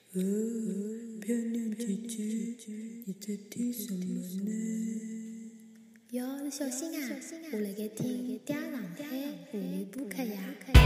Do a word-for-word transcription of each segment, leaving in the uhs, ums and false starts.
哦，漂亮姐姐，你在听什么呢？ 哟，是小新啊，我辣盖听《嗲上海妇女播客》呀。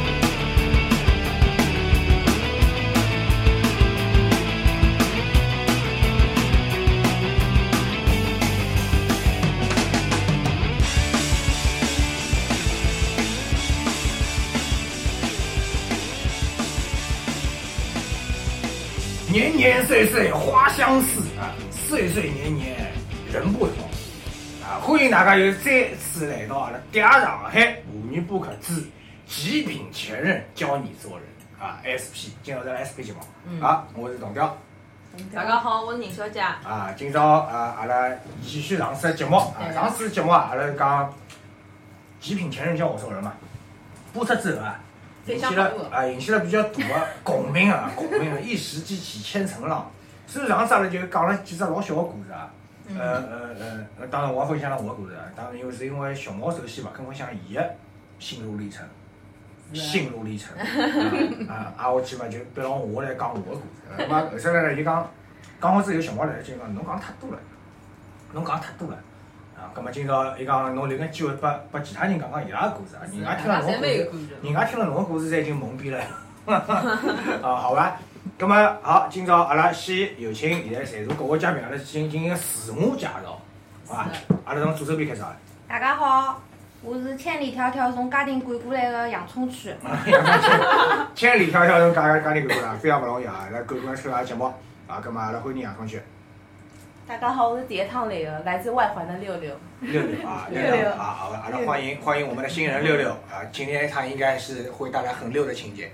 年年岁岁花相似啊，岁岁年年人不同啊！欢迎大家又再次来到阿拉嗲上海妇女播客之极品前任教你做人啊 S P， 今朝是 S P 节目、嗯、啊，我是董彪。 大家好，我是宁小姐。 啊，今朝啊，阿拉继续上次节目啊，上次节目啊，阿拉讲极品前任教我做人嘛，播出之后啊。引起了啊，引起了比较大的共鸣啊，共鸣啊，一时激起千层浪。所以上次阿拉就讲了几只老小的故事啊，呃呃呃，当然我也分享了我的故事啊。当然因为是因为熊猫首先勿肯分享伊的心路历程，心路历程啊啊，我去嘛就逼让我来讲我的故事。那么后头来就讲，讲好之后熊猫来就讲侬讲太多了，侬讲太多了。啊，咁么今朝伊讲侬留眼机会拨拨其他人讲讲伊拉个故事啊，人家听了侬个故事，人家听了侬个故事，侪已经懵逼了。啊，好吧，咁么好，今朝阿拉先有请现在在座各位嘉宾，阿拉进进行自我介绍，好吧？阿拉从左手边开始啊。 大家好，我是千里迢迢从嘉定赶过来的洋葱区。 洋葱区，千里迢迢从嘉嘉定赶过来，非常勿容易啊！来赶过来收阿拉节目啊，咁么阿拉欢迎洋葱区。 大家好，我是第一趟来的，来自外环的六六。 六六啊，六六啊，好的，阿拉欢迎欢迎我们的新人六六啊！今天他应该是会带来很溜的情节。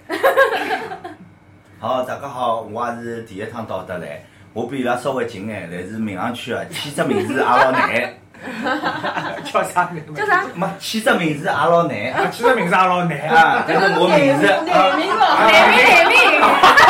好，大家好，我也是第一趟到得来，我比伊拉稍微近眼，来自闵行区的，起只名字也老难。 叫啥名字？ 叫啥？ 没，起只名字也老难。 啊，起只名字也老难啊！但是我名字。 难名了， 难名难名。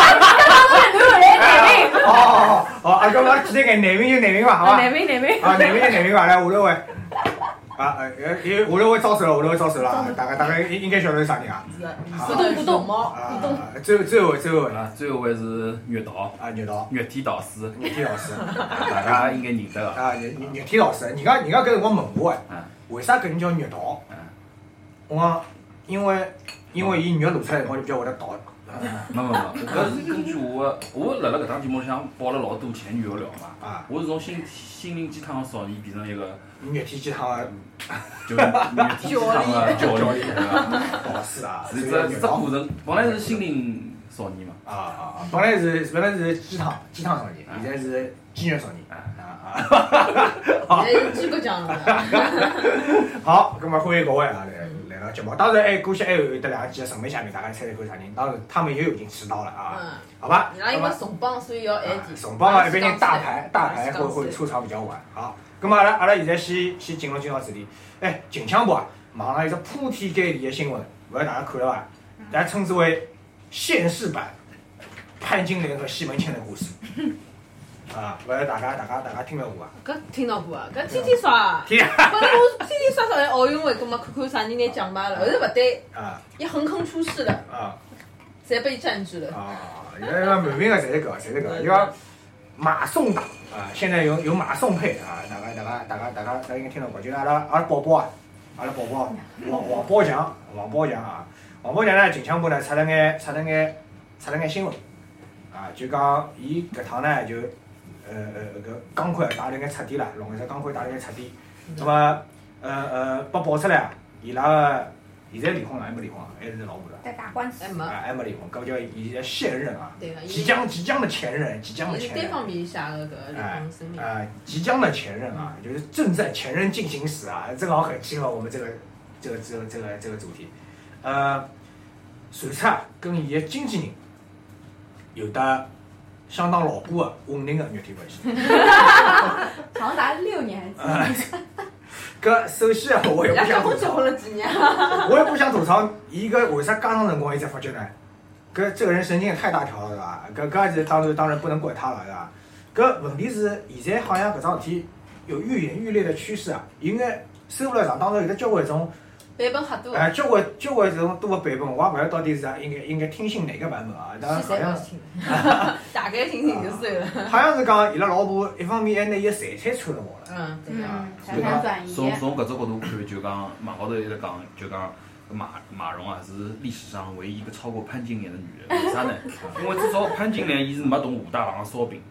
哦哦哦！啊，咁我记得眼难名就难名吧，好吧？ 难名难名。 啊，难名就难名吧，来下头位。啊呃，因为下头位招手了，下头位招手了啊！大家大家应该晓得是啥人啊？ 互动互动猫。 互动。最最后最后位啊，最后位是月导啊，月导， 月天导师， 月天老师， 大家应该认得啊。月月天老师，人家人家搿辰光问我哎，为啥搿人叫月导？我讲因为因为伊肉露出来辰光就比较会得导。 没没没，搿是根据我，我辣辣搿档节目里向爆了老多前女友料嘛。啊。我是从心心灵鸡汤的少年变成一个肉体鸡汤的， 就肉体鸡汤的教练，对伐？ 导师啊， 是这这过程，本来是心灵少年嘛。 啊啊啊！本来是本来是鸡汤鸡汤少年，现在是鸡肉少年。啊啊！ 好。现在是鸡骨酱了。 好，咁么欢迎各位啊来。来到节目，当然哎，过去还有得两几个神秘嘉宾，大家猜猜看啥人？当然他们也已经迟到了啊，嗯、好吧？ 伊拉因为重磅，所以要晚点。 重磅啊，一般人大牌大牌会会出场比较晚。好，咁么阿拉阿拉现在先先进入今朝主题。哎，近腔部啊，网上有只铺天盖地的新闻，勿晓得大家看了伐？大家称之为现世版潘金莲和西门庆的故事。啊，勿晓得大家大家大家听到过啊？ 搿听到过啊，搿天天刷， 天， 本来我天天刷刷奥运会，葛末看看啥人拿奖牌了，后头勿对， 啊， 伊横空出世了，啊，侪被占据了。 啊，现在满屏的侪是搿，侪是搿，伊讲马宋打啊，现在有有马宋配啊，大家大家大家大家大家应该听到过，就是阿拉阿拉宝宝啊，阿拉宝宝王王宝强，王宝强啊，王宝强呢近腔部呢出了眼出了眼出了眼新闻，啊，就讲伊搿趟呢就。呃呃，搿钢盔打了眼擦点啦，弄一只钢盔打了眼擦点。那么，呃呃，被爆出来，伊拉个现在离婚了还没离婚啊？还是老婆了？ 在打官司。 还没。 啊，还没离婚，搿叫伊在现任啊。 对个。 即将即将的前任，即将的前任。 单方面写个搿离婚声明。 啊，即将的前任啊，就是正在前任进行时啊，正好很契合我们这个这个这个这个这个主题。呃，传出跟伊个经纪人有的。相当牢固的稳定的肉体关系， 长达六年还是几年？ 搿首先我也不想吐槽， 结婚了几年？ 我也不想吐槽，伊搿为啥刚上辰光伊才发觉呢？搿这个人神经也太大条了，对伐？搿搿是当然当然不能怪他了，对伐？搿问题是现在好像搿桩事体有愈演愈烈的趋势啊，应该收入上当中有得交关种。 版本很多。 哎，交关交关这种多个版本，我也勿晓得到底是啥，应该应该听信哪个版本啊？当然好像， 大概心情就算了。 好像是讲伊拉老婆一方面还拿伊个财产穿了跑了。 嗯，对啊。 嗯，财产转移。 从从搿只角度看，就讲网高头一直讲，就讲马马蓉啊是历史上唯一一个超过潘金莲的女人。为啥呢？因为至少潘金莲伊是没动武大郎的烧饼。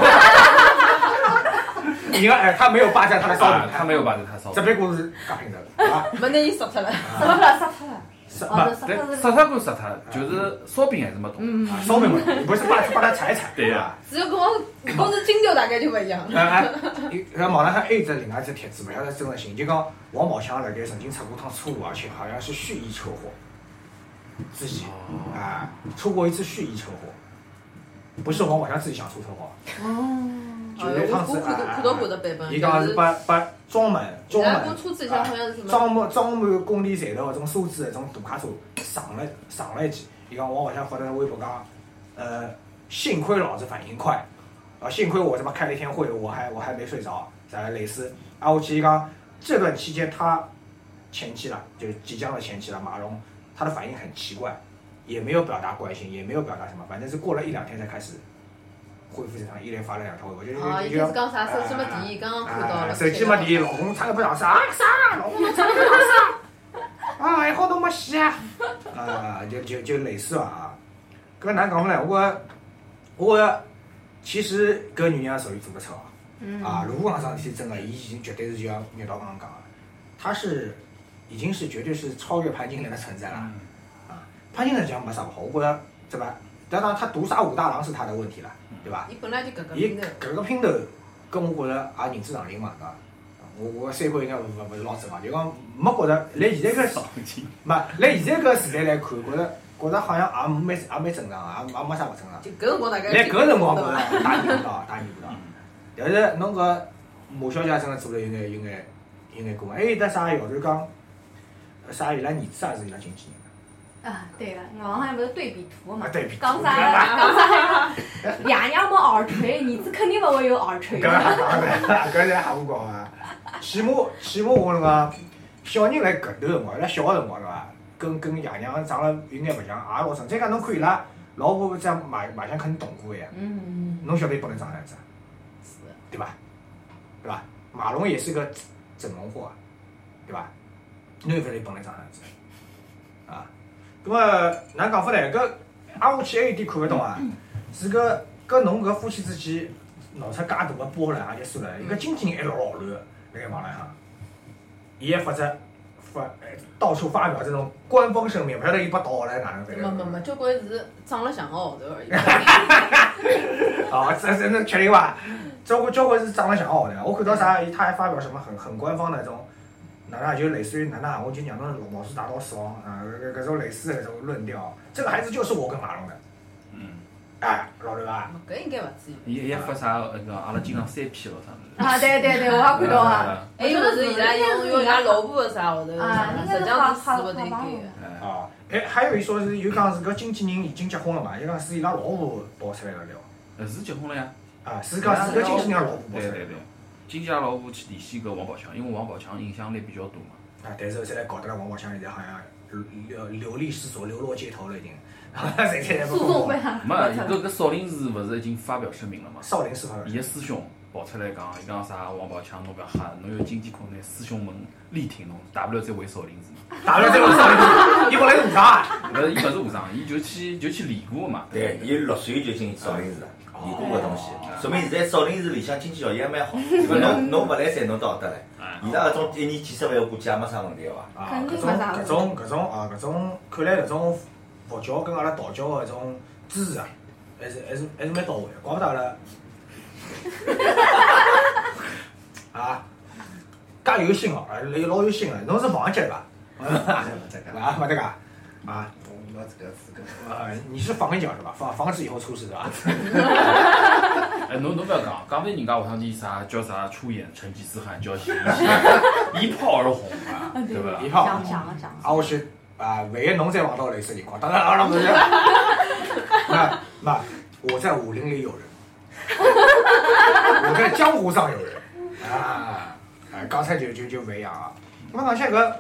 伊个哎，他没有霸占他的烧饼， 他没有霸占他烧饼。 这边故事夹平头，啊， 没拿伊杀脱了， 杀脱了，杀脱了。 杀哦， 不， 杀脱杀他归杀他，就是烧饼还是没动。 嗯啊烧饼嘛，不是霸霸他财产， 对呀。 只有跟我光是金条大概就勿一样。 哎哎，伊在网上还有一只另外一只帖子，勿晓得真实性，就讲王宝强辣盖曾经出过趟车祸，而且好像是蓄意车祸，自己啊出过一次蓄意车祸，不是王宝强自己想出车祸。 哦。 就那趟子看到看到过的版本， 伊讲是把把装满装满， 部车子里向好像是什么装满装满公里站头搿种数字搿种大卡车上了上了一记。伊讲王宝强发在微博讲，呃，幸亏老子反应快，啊，幸亏我他妈开了一天会，我还我还没睡着，啥类似。啊，我其实讲这段期间他前妻了，就是即将的前妻了，马蓉，他的反应很奇怪，也没有表达关心，也没有表达什么，反正是过了一两天才开始。恢复正常，一连发了两条微博，就啊，伊开始讲啥手机没电，刚刚看到了。 手机没电，老公差点不上啥啥，老公差点不上啥，啊，还好多没洗啊，啊，就就就类似啊。搿哪讲呢？我我其实搿女人属于做得出啊，啊，如果讲桩事体真的，伊已经绝对是就像岳导刚刚讲的，她是已经是绝对是超越潘金莲的存在了，啊，潘金莲讲没啥不好，我觉着对吧？当然，他毒杀武大郎是他的问题了，对吧？ 伊本来就搿个伊拼头， 搿个拼头，跟我觉着也认知上人嘛，对伐？我我三观应该勿勿勿是老正嘛，就讲没觉着来现在搿时，没来现在搿时代来看，觉着觉着好像也蛮也蛮正常，也也没啥勿正常。 就搿辰光大概。 来搿辰光觉着大逆不道，大逆不道。但是侬搿马小姐真的做了有眼有眼有眼过分，还有得啥谣传讲，啥伊拉儿子也是伊拉经纪人。 啊，对了，网上不是对比图嘛？ 对比图。 讲啥？讲啥？爷娘没耳垂，儿子肯定勿会有耳垂。 搿搿搿是瞎胡讲啊！起码起码我讲，小人来搿头辰光，伊拉小个辰光对伐？跟跟爷娘长了有眼勿像，也老正。再讲侬看伊拉老婆这样卖卖相肯定动过呀。 嗯嗯。 侬晓得伊不能长啥样子？ 是。 对吧？对吧？马龙也是个整容货，对吧？侬又勿晓得伊本来长啥样子？啊？咁么，哪讲法呢？搿挨下去还有一点看勿懂啊，是搿搿侬搿夫妻之间闹出介大个波澜也就算了，伊搿经纪人还老老乱个，辣盖网浪向，伊还发只发到处发表这种官方声明，勿晓得伊被盗了哪能反正。 没没没，交关是长了像个号头而已。 哦，这这能确定伐？交关交关是长了像个号头，我看到啥，他还发表什么很很官方的那种。哪能就类似于哪能，我就让侬老鼠打到死亡啊！搿搿种类似的这种论调，这个孩子就是我跟马龙的。 嗯。 哎，老刘啊。 搿应该勿至于。 伊伊发啥那个阿拉经常三 P 咯啥物事。 啊，对对对，我也看到啊。 还有就是伊拉用用伊拉老婆个啥号头，实际上是死勿对该个。哦，哎，还有一说是有讲是搿经纪人已经结婚了嘛？有讲是伊拉老婆爆出来了料。 呃，是结婚了呀。 啊，是讲是搿经纪人老婆爆出来。 对对对。经纪人老婆去联系搿王宝强，因为王宝强影响力比较大嘛。 啊，但是现在搞得了王宝强现在好像流流离失所、流落街头了已经。 诉讼会啊。 没，搿搿少林寺勿是已经发表声明了嘛？ 少林寺发表。 伊个师兄跑出来讲，伊讲啥？王宝强侬勿要吓，侬有经济困难，师兄们力挺侬，大不了再回少林寺嘛。 大不了再回少林寺，伊本来是和尚。 勿是，伊勿是和尚，伊就去就去练过嘛。 对，伊六岁就进少林寺了。练过搿东西，说明现在少林寺里向经济效益还蛮好。搿侬侬勿来三，侬到得来。伊拉搿种一年几十万，我估计也没啥问题个伐？ 啊，搿种搿种搿种啊，搿种看来搿种佛教跟阿拉道教个搿种支持啊，还是还是还是蛮到位个，怪勿得阿拉。啊，介有心哦，有老有心个，侬是房姐伐？啊，没得个啊。 没这个资格。 啊，你是防一脚是吧？防防止以后出事是吧？ 哎，侬侬不要讲，刚才人家下趟的啥叫啥出演成吉思汗，叫一炮而红啊，对吧？ 一炮。 讲讲了讲了。 啊，我去啊，万一侬再碰到类似情况，当然啊，不是。那那我在武林里有人，我在江湖上有人啊！哎，刚才就就就没样啊。那么讲下个，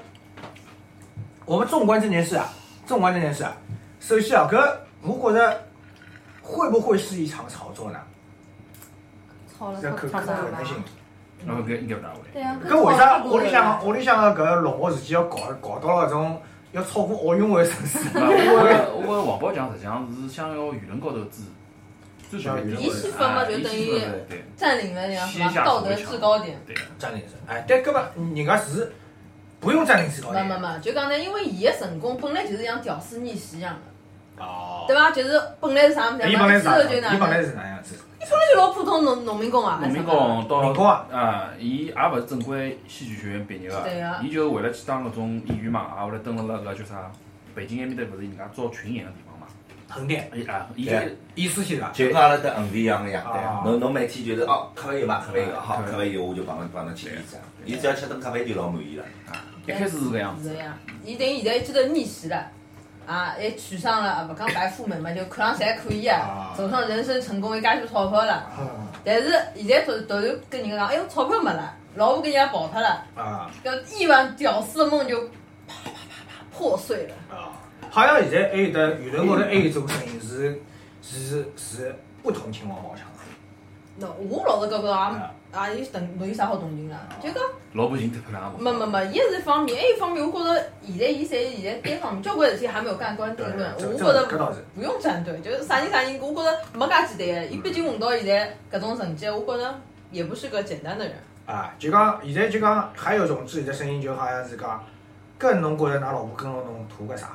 我们纵观这件事啊。纵观这件事啊，首先啊，搿我觉着会不会是一场炒作呢？ 炒了这可可炒炒可能性。 那么搿应该勿大会。 对啊。 搿为啥屋里向屋里向个搿龙学事体要搞搞到了搿种要超过奥运会的城市？ 我我王宝强实际上是想要舆论高头支支持舆论。 伊先分嘛，就等于占领了那样什么道德制高点。 对， 占领是。哎，但搿么人家是不用占领制高点。 没没没，就讲呢，因为伊个成功本来就是像屌丝逆袭一样的。 哦。 对伐？就是本来是啥物事嘛，之后就哪能？ 伊本来是哪样子？ 伊本来就老普通农农民工啊。 农民工到民工啊， 啊，伊也勿是正规戏剧学院毕业个，伊就为了去当搿种演员嘛，也后来蹲辣辣搿叫啥？北京埃面搭勿是人家招群演个地方嘛？ 横店。 哎啊，伊意思是啥？ 就跟阿拉搭横店一样个呀，对。侬侬每天就是哦，咖啡有伐？咖啡有，好，咖啡有我就帮侬帮侬去演噻。伊只要吃顿咖啡就老满意了。 啊，一开始是搿样子。 是呀，伊等于现在记得逆袭了。啊，还娶上了，勿讲白富美嘛，就看上去还可以啊，走上人生成功，有介许多钞票了。但是现在突突然跟人家讲，哎哟，钞票没了，老婆跟人家跑脱了，啊，搿亿万屌丝的梦就啪啪啪啪破碎了。 啊，好像现在还有的舆论高头还有一种声音是是是不同情王宝强。 那我老实讲讲啊，也同没有啥好同情啦，就讲老婆寻特漂亮没没没，伊是一方面，还有一方面，我觉着现在伊侪现在单方面交关事体还没有盖棺定论，我觉着不用站队，就是啥人啥人，我觉着没介简单。伊毕竟混到现在搿种成绩，我觉着也不是个简单的人。 啊，就讲现在就讲还有一种自己的声音，就好像是讲，搿侬觉着㑚老婆跟牢侬图个啥？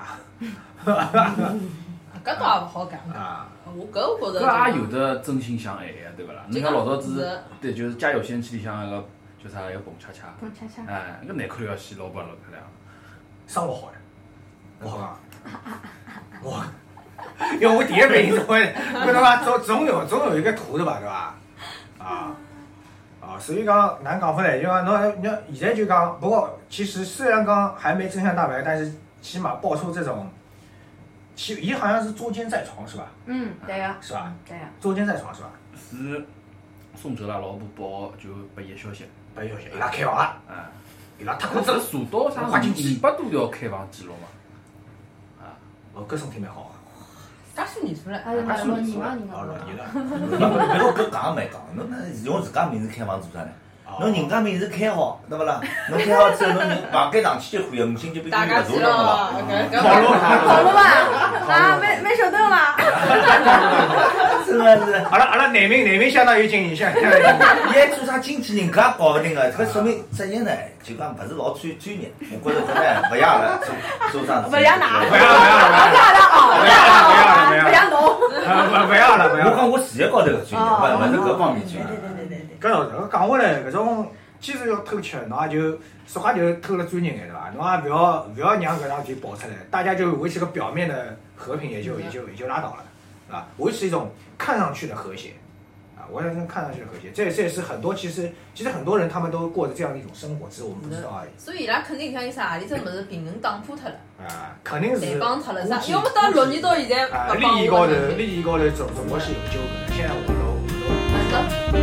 搿倒也勿好讲。啊，我搿我觉着。 搿也有的真心相爱个，对勿啦？人家老早子对，就是《家有仙妻》里向那个叫啥，要蹦恰恰。 蹦恰恰。 哎，搿难看了要死，老婆老漂亮。 生活好呀，我好讲。我，因为我第一反应是会，搿对伐？总总有总有一个图的吧，对伐？啊。啊，所以讲难讲出来，就讲侬你现在就讲，不过其实虽然讲还没真相大白，但是起码爆出这种。其伊好像是捉奸在床是吧？ 嗯，对呀。 是吧？ 对呀。 捉奸在床是吧？ 是宋哲拉老婆报就拨伊消息， 拨伊消息，伊拉开房了。啊，伊拉脱裤子。 是查到啥？五百多条开房记录嘛。啊， 哦，搿身体蛮好啊。 介许年数了， 还是老年了， 哦，老年了。 别个搿讲蛮讲，侬那用自家名字开房做啥呢？侬人家名字开好，对勿啦？侬开好之后，侬人房间上去就可以，五星级比比勿大了嘛。 跑路跑路嘛，啊，没没手段嘛。 真的是。 阿拉阿拉男民男民相当有经验，相当有经验。伊还做啥经纪人，搿也搞勿定个，搿说明职业呢，就讲勿是老专专业。我觉着搿呢，勿像了，做做啥事。 勿像哪？ 勿像了，勿像了， 勿像了，勿像了，勿像侬。 勿勿像了，勿像。 我讲我事业高头个专业，勿勿是搿方面专业。 搿搿讲回来，搿种既然要偷吃，侬也就说话就偷了专业眼对伐？侬也勿要勿要让搿桩事体爆出来，大家就维持个表面的和平，也就也就也就拉倒了，是吧？维持一种看上去的和谐，啊，我相信看上去的和谐，这这也是很多其实其实很多人他们都过着这样的一种生活，只是我们不知道而已。 所以伊拉肯定像伊啥何里只物事平衡打破脱了。 啊，肯定是。 对帮脱了啥？要么到六年到现在， 啊，利益高头利益高头总总归是有纠葛的。现在我们都都。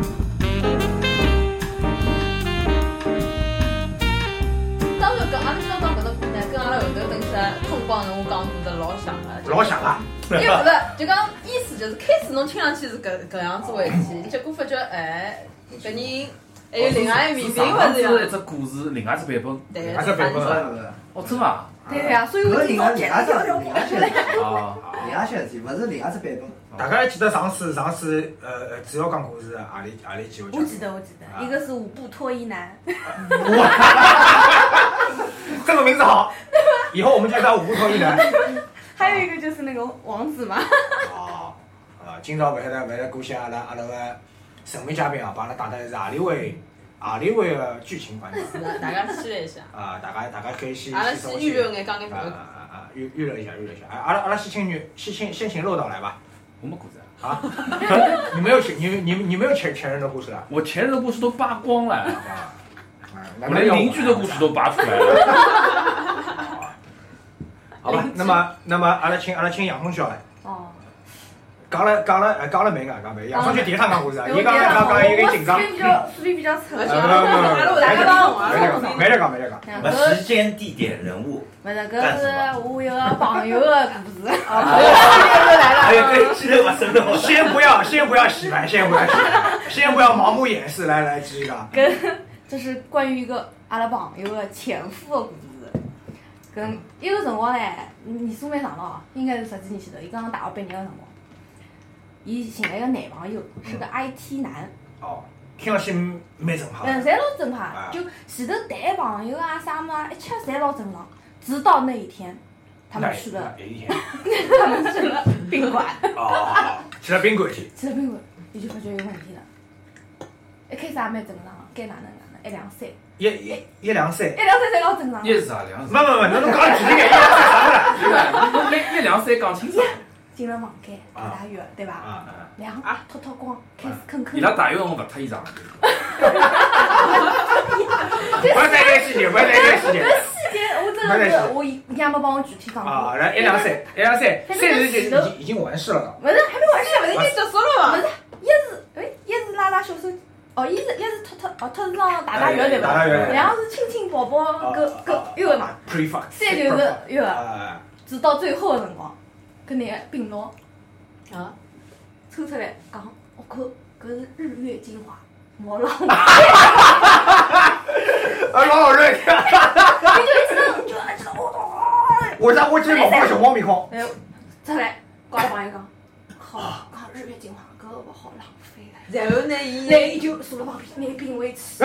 跟阿拉刚刚搿个故呢，跟阿拉后头等起来通光人，我讲过的老像了。 老像啊！ 因为勿是，就讲意思就是开始侬听上去是搿搿样子回事，结果发觉哎，搿人还有另外一面，并勿是这样。 是一只故事，另外一只版本。 对， 另外一只版本。 哦，真啊！ 对呀，所以我今朝讲条条跑出来。 啊， 另外些事体，勿是另外只版本。 大家还记得上次上次呃呃主要讲故事何里何里几位？ 我记得我记得，一个是五步脱衣男。 这个名字好，以后我们就叫五步脱衣男。 还有一个就是那个王子嘛。 哦，啊，今朝勿晓得勿晓得过些阿拉阿拉个神秘嘉宾啊，帮阿拉带来是何里位何里位个剧情版本？ 是的，大家期待一下。 啊，大家大家可以先阿拉先预热眼，讲眼啊啊啊！预预热一下，预热一下。啊，阿拉阿拉先请女，先请先请肉导来吧。 我没故事啊！你没有前你你你没有前前任的故事了？ 我前任的故事都扒光了。 啊， 我连邻居的故事都扒出来了。 好吧，那么那么阿拉请阿拉请杨峰小来。 哦。 讲了讲了，呃，讲了没个，讲没。杨松就第一趟讲故事啊，伊讲讲讲一个紧张。 思维比较思维比较臭。 没得讲没得讲。 那时间、地点、人物。 不是，搿是我一个朋友的故事。 啊，还有跟记得我生的。 先不要，先不要洗白，先不要洗白，先不要盲目掩饰，来来继续讲。 跟这是关于一个阿拉朋友的前夫的故事。跟一个辰光呢，年数蛮长了，应该是十几年前头，伊刚刚大学毕业的辰光。伊寻了一个男朋友，是个 I T 男。 哦，听上去蛮正派。 嗯，侪老正派，就前头谈朋友啊啥么啊，一切侪老正常。直到那一天，他们去了， 哪一天？ 他们去了宾馆。 哦，去了宾馆去。 去了宾馆，伊就发觉有问题了。一开始也蛮正常，该哪能哪能，一两三。 一一一两三。 一两三侪老正常。 一是啥两？ 没没没，侬侬讲具体点，一两三啥物事？ 一一两三讲清楚。 进了房间，大大浴，对吧？ 啊啊！ 两脱脱光，开始坑坑。 伊拉大浴我勿脱衣裳。 不要再讲细节，不要再讲细节。 搿细节我真的是我伊也没帮我具体讲过。 啊，然后一两三，一两三，三是就已经已经完事了。 勿是，还没完事， 勿是已经结束了嘛？ 勿是，一是哎，一是拉拉小手，哦，一是一是脱脱哦脱是上大大浴对伐？两是亲亲抱抱搿搿浴嘛。 Pre-fuck。 三就是浴，直到最后的辰光。跟那个并落啊，抽出来讲，我靠，搿是日月精华，我浪费。 啊，老好热！ 你就一直你就一直我我在我只搞个小猫咪框。 哎，出来，跟我朋友讲，靠，讲日月精华，搿我好浪费了。 然后呢，伊那伊就坐了旁边，拿冰威吃。 哦，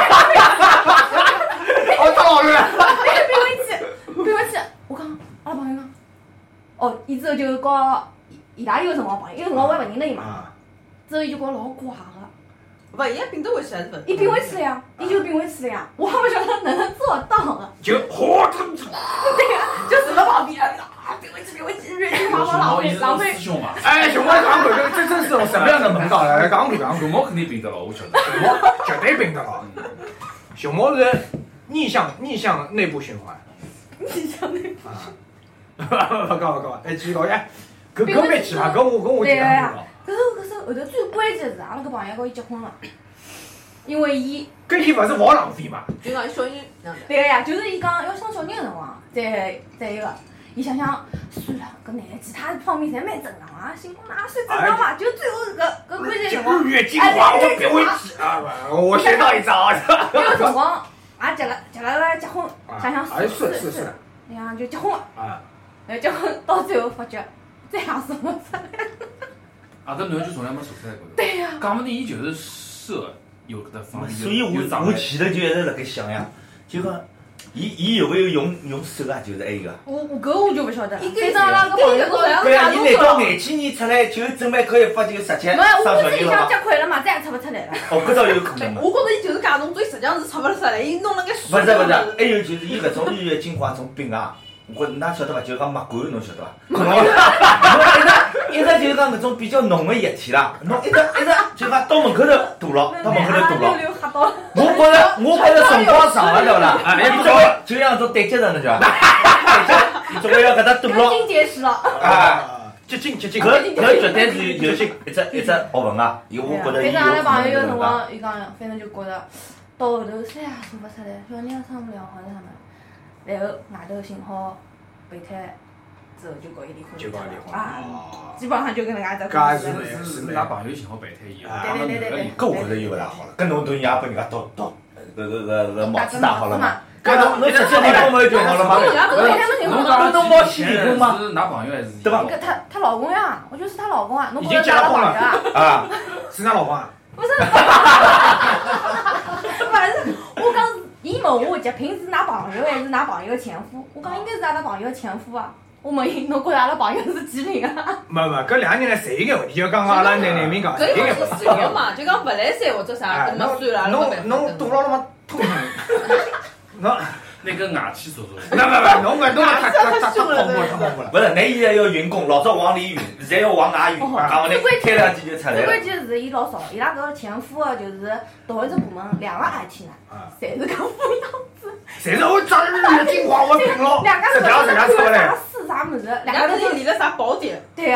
太好热了！ 拿冰威吃，冰威吃，我讲，阿拉朋友讲。哦，伊之后就告伊拉有个辰光朋友，因为辰光我还勿认得伊嘛。之后伊就告老怪个。 勿，伊也并得回去还是勿？ 伊并回去了呀，伊就并回去了呀，我还勿晓得哪能做到个。 就嚯！ 对呀，就坐到旁边啊，并回去，并回去，越去跑跑浪费浪费。 师兄嘛。 哎，熊猫讲过，这真是种什么样的门道来？讲过讲过， 熊猫肯定并得了，我晓得。 熊猫绝对并得了。熊猫是逆向逆向内部循环。 逆向内部。 勿讲勿讲，哎，继续讲哎，搿搿蛮奇葩，搿我搿我听讲过。 搿是搿是后头最关键的是，阿拉搿朋友跟伊结婚了，因为伊。 搿伊勿是勿好浪费嘛？ 就讲小人。 对个呀，就是伊讲要生小人个辰光，再再一个，伊想想，算了，搿男其他方面侪蛮正常啊，新婚哪算正常嘛？就最后搿搿关键辰光。 日月精华，我别回去啊！我学到一招。 那个辰光也结了结了个结婚，想想算算算算， 那样就结婚了。 啊。 哎，结婚到最后发觉，再也生不出来。 啊，搿男就从来没说出来过。 对呀。 讲不定伊就是设有搿搭方面。 所以我我前头就一直辣盖想呀，就讲，伊伊有没有用用手啊？就是埃个。 我我搿我就勿晓得。 伊反正阿拉搿朋友都两对啊，你难道廿几年出来就准备可以发就直接没， 生小我自己人了吗？ 想结块了嘛，再也出勿出来了。 哦，搿倒有可能。 我觉着伊就是假动作，伊实际上是出勿出来，伊弄了眼水。 勿是勿是，还有就是伊搿种日月精华从冰啊。我㑚晓得伐？就讲墨管，侬晓得伐？侬侬一直一直就是讲搿种比较浓个液体啦，侬一直一直就讲到门口头堵牢，到门口头堵牢。我觉着我觉着辰光长了对勿啦？啊，伊总归就像种胆结石侬晓得伐？胆结，伊总归要搿搭堵牢。 筋结石了。 啊， 接近接近。 搿搿绝对是有一只一只学问啊！有我觉着伊有可能。 反正阿拉朋友有辰光，伊讲，反正就觉着到后头啥也做勿出来，小人也生不了，好像啥么。然后外头寻好备胎之后就告伊离婚， 就告离婚啊，基本上就跟能介只故事。 是是，㑚朋友寻好备胎以后， 对对对对对。 搿我觉着又勿大好了，搿侬等于也拨人家倒倒搿搿搿搿帽子戴好了嘛？搿侬侬直接离婚嘛就好了嘛？ 侬讲侬冇去离婚吗？ 是㑚朋友还是？ 对伐？ 搿她她老公呀，我就是她老公啊，侬已经结了婚了啊？是㑚老公啊？ 不是，反正我讲。伊问我截屏是㑚朋友还是㑚朋友的前夫？我讲应该是阿拉朋友的前夫啊。我问伊，侬觉着阿拉朋友是几零啊？ 没没，搿两个人侪有眼问题，就刚刚阿拉男男民讲，侪有眼问题。 搿是嘛，就讲勿来三或者啥，搿么算了， 侬侬堵牢了嘛，痛恨。侬那个外气说说。 不不不，侬搿侬太太太太恐怖了，太恐怖了。 勿是，㑚现在要运功，老早往里运，现在要往外运，讲勿定开两记就出来了。 最关键是伊老少，伊拉搿个前夫啊，就是同一只部门两个 I T 男，侪是搿副样子。 侪是我长日月精华，我拼了。 两家是这家这家出来。 啥事啥物事， 两家头离了啥宝典？ 对啊，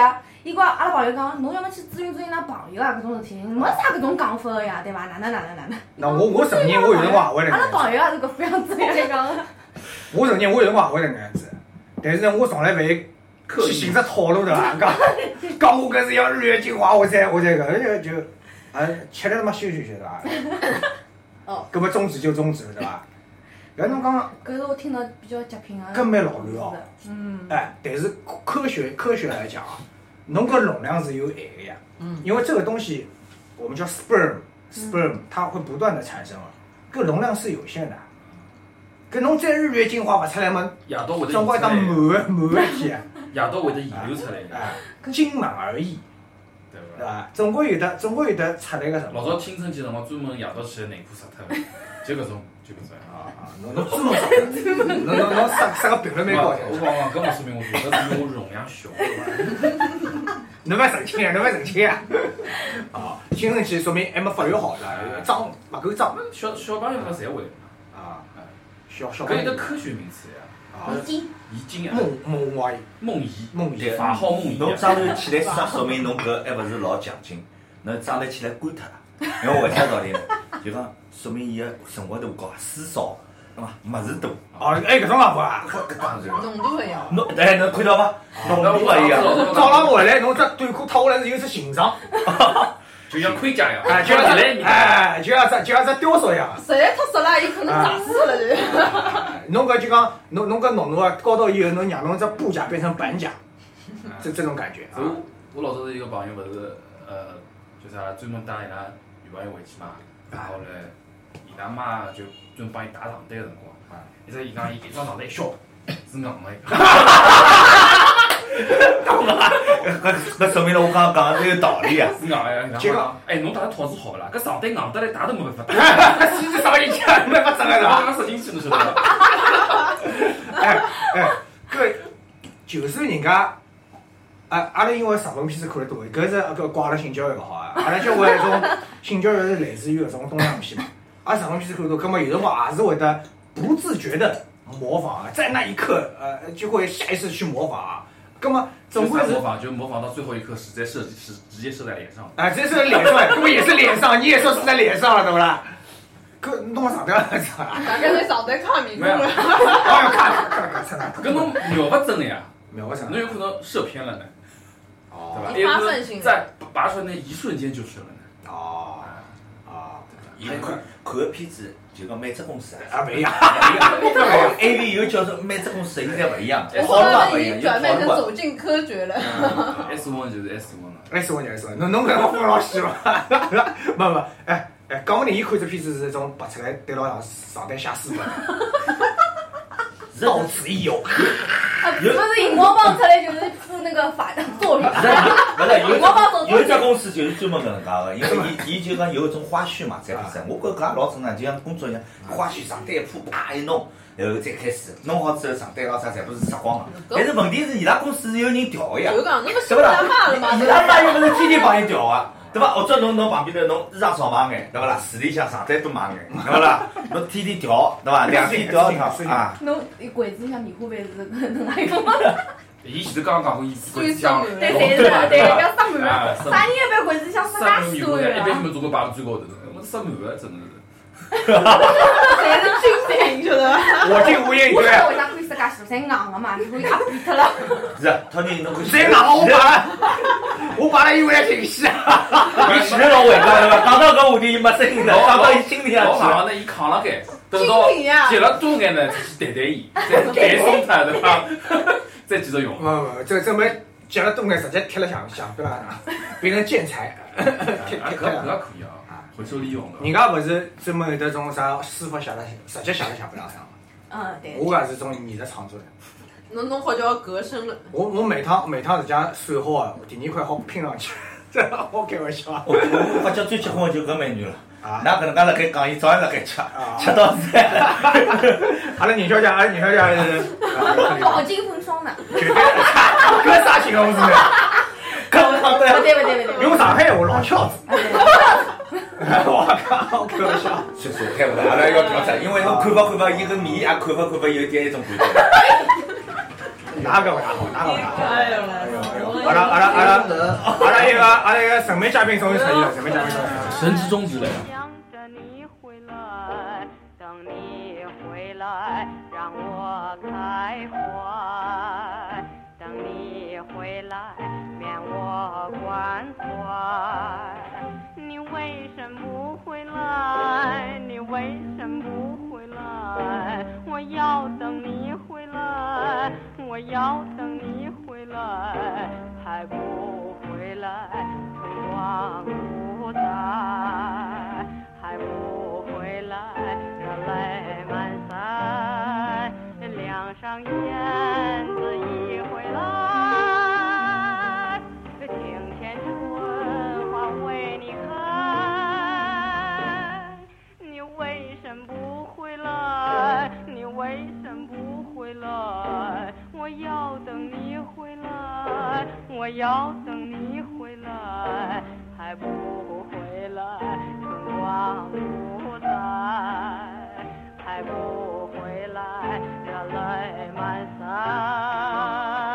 伊讲阿拉朋友讲，侬要么去咨询咨询㑚朋友啊，搿种事体，没啥搿种讲法个呀，对伐？哪能哪能哪能？ 那我我承认，我有辰光也会阿拉那能。 朋友也是搿副样子呀，讲。 我承认，我有辰光也会那能样子，但是呢，我从来勿会去寻着套路对伐？讲讲我搿是要日月精华，我才我才搿就就啊吃了他妈休息休息对伐？ 哦。 搿么终止就终止对伐？搿侬讲， 搿是我听到比较极品个。 搿蛮老卵哦。 嗯。 哎，但是科学科学来讲啊，侬搿容量是有限个呀。嗯。因为这个东西，我们叫 sperm sperm， 它会不断的产生，搿容量是有限的。搿侬再日月精华勿出来嘛，总归当满个满个一天。 夜到会得遗留出来的。 哎，精满而溢。对伐？总归有得，总归有得出来个什么？ 老早青春期辰光专门夜到起来内裤杀脱个，就搿种，就搿种。 啊啊！侬侬专门杀脱，侬侬侬杀杀个频率蛮高的。 我讲讲，搿勿说明我做，搿说明我容量小。 侬勿澄清啊！侬勿澄清啊！啊，青春期说明还没发育好噻，脏勿够脏。 小小朋友们侪会。 啊，小小。 搿有得科学名词呀。 遗精。 遗精啊。 梦梦歪。 梦遗。 梦遗。 法号梦遗。 侬长头起来杀，说明侬搿还勿是老强劲。侬长头起来干脱了，因为为啥道理呢？就讲说明伊个生活度高，水少，对伐？物事多。 哦，还搿种讲法啊？ 搿当然。 浓度一样。 侬哎，侬看到伐？浓度勿一样。 早浪回来，侬只短裤脱下来是有只形状。 就像盔甲一样， 哎，就像只哎，就像只就像只雕塑一样。 实在太湿了，有可能炸死了就。 侬搿就讲，侬侬搿浓度啊高到以后，侬让侬只布甲变成板甲，这这种感觉。 我我老早是一个朋友，勿是呃，就啥专门带伊拉女朋友回去嘛，然后呢，伊拉妈就专门帮伊打床单个辰光，一直伊讲伊一张床单小，是硬个一个。 懂伐？搿搿说明了我刚刚讲的是有道理啊。 是硬个，就讲，哎，侬打套子好勿啦？搿床单硬得来打都没办法打。 是是啥个意思啊？没法整个是伐？ 刚塞进去侬晓得伐？ 哎哎，搿就算人家，啊，阿拉因为日本片子看得多，搿是搿挂阿拉性教育勿好啊。阿拉交关一种性教育是来自于搿种东洋片嘛。阿拉日本片子看得多，葛末有辰光也是会得不自觉的模仿啊，在那一刻，呃，就会下意识去模仿啊。那么总归是模仿，就模仿到最后一刻，是在射是直接射在脸上。 啊，直接射在脸上，那么也是脸上，你也说是在脸上了，对不啦？搿弄上头了，是吧？ 大概在上头看面孔了。 哦，看看看看看看。 搿侬瞄勿准的呀， 瞄勿准， 侬有可能射偏了呢， 哦， 对吧？有可能在拔出来那一瞬间就射了呢。 哦，啊， 伊看看个片子。就讲每只公司啊，勿一样， 勿一样。A V 有叫做每只公司现在勿一样， 好了已经转变成走进科学了。 S one 就是 S one 了 ，S one 就 S one，侬侬搿个分老细伐？没没，哎哎，讲勿定伊看这片子是一种拔出来对牢上上台写书本，到此一游。 啊，不是荧光棒出来就是付那个法作品。 不是，有一有一家公司就是专门搿能介个，因为伊伊就讲有一种花絮嘛，在比赛。我觉搿也老正常，就像工作一样，花絮上单铺啪一弄，然后再开始弄好之后上单咾啥全部是杀光个。但是问题是伊拉公司是有人调个呀， 就讲侬勿是伊拉妈了嘛？ 伊拉妈又勿是天天帮伊调个。对伐？或者侬侬旁边头侬衣裳少买眼，对勿啦？市里向上单多买眼，对勿啦？侬天天调，对伐？两天调一趟啊。 侬柜子里向棉花被是搿能介一个吗？ 伊前头刚刚讲过，伊柜子箱对对对对，不要塞满了，啥人也不要柜子里向塞介许多呀。 一般性做个摆到最高头，我塞满了，真的是。 侪是经典，晓得伐？ 我这无言以对。 我为啥可以塞介许多？侪硬个嘛，你可以压扁脱了。 是啊，他你侬可以。 侪硬个，我摆了，我摆了，以为来挺细啊。 伊前头老伟大对伐？讲到搿话题，伊没声音了，讲到伊心里向去了。 老硬呢，伊扛辣盖，等到结了多眼呢，再去弹弹伊，再弹松它，对伐？再继续用。 不不，这这没结了多眼，直接贴了墙墙壁浪上，变成建材。贴贴搿搿也可以啊。回收利用的， 人家勿是专门有得种啥书法写了，直接写在墙壁浪上嘛。 嗯，对。 我也是种艺术创作的。 侬侬好叫革生了。 我我每趟每趟自家算好啊，第二块好拼上去，这我开玩笑。 我我发觉最结婚的就搿美女了。啊。㑚搿能介辣盖讲，伊早晚辣盖吃，吃到现在了。阿拉宁小姐，阿拉宁小姐是。 饱经风霜的。 绝对。搿啥形容词？ 不对不对不对， 用上海话老翘子。我靠，我开玩笑， 是是开勿到，阿拉要调整，因为侬看法看法，伊个面也看法看法有点一种感觉。 哪个勿大好，哪个勿大好？ 哎呦， 阿拉阿拉阿拉阿拉一个阿拉一个神秘嘉宾终于出现了，神秘嘉宾终于出现了。 神之中之类。 想着你回来，等你回来，让我开怀。等你回来，免我关怀。你为什么不回来？你为什么不回来？我要等你回来，我要等你回来，还不回来，春光不再，还不回来，热泪满腮，梁上燕子一回来，庭前春花为你开，你为什么不回来？你为什么不回来？我要等你回来，我要等你回来，还不回来，春光不再，还不回来，热泪满腮。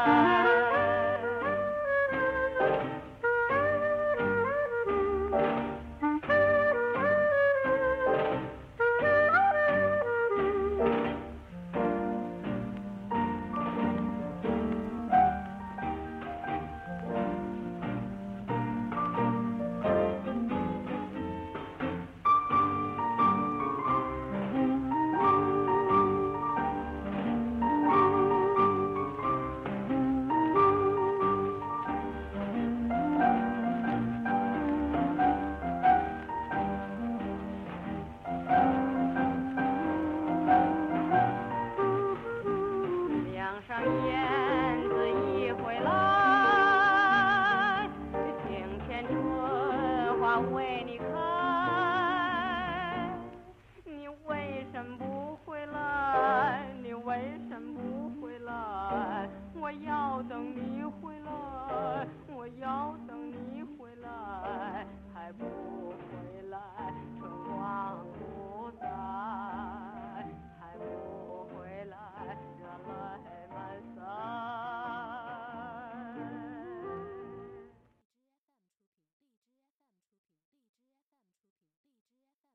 燕子一回来，庭前春花为你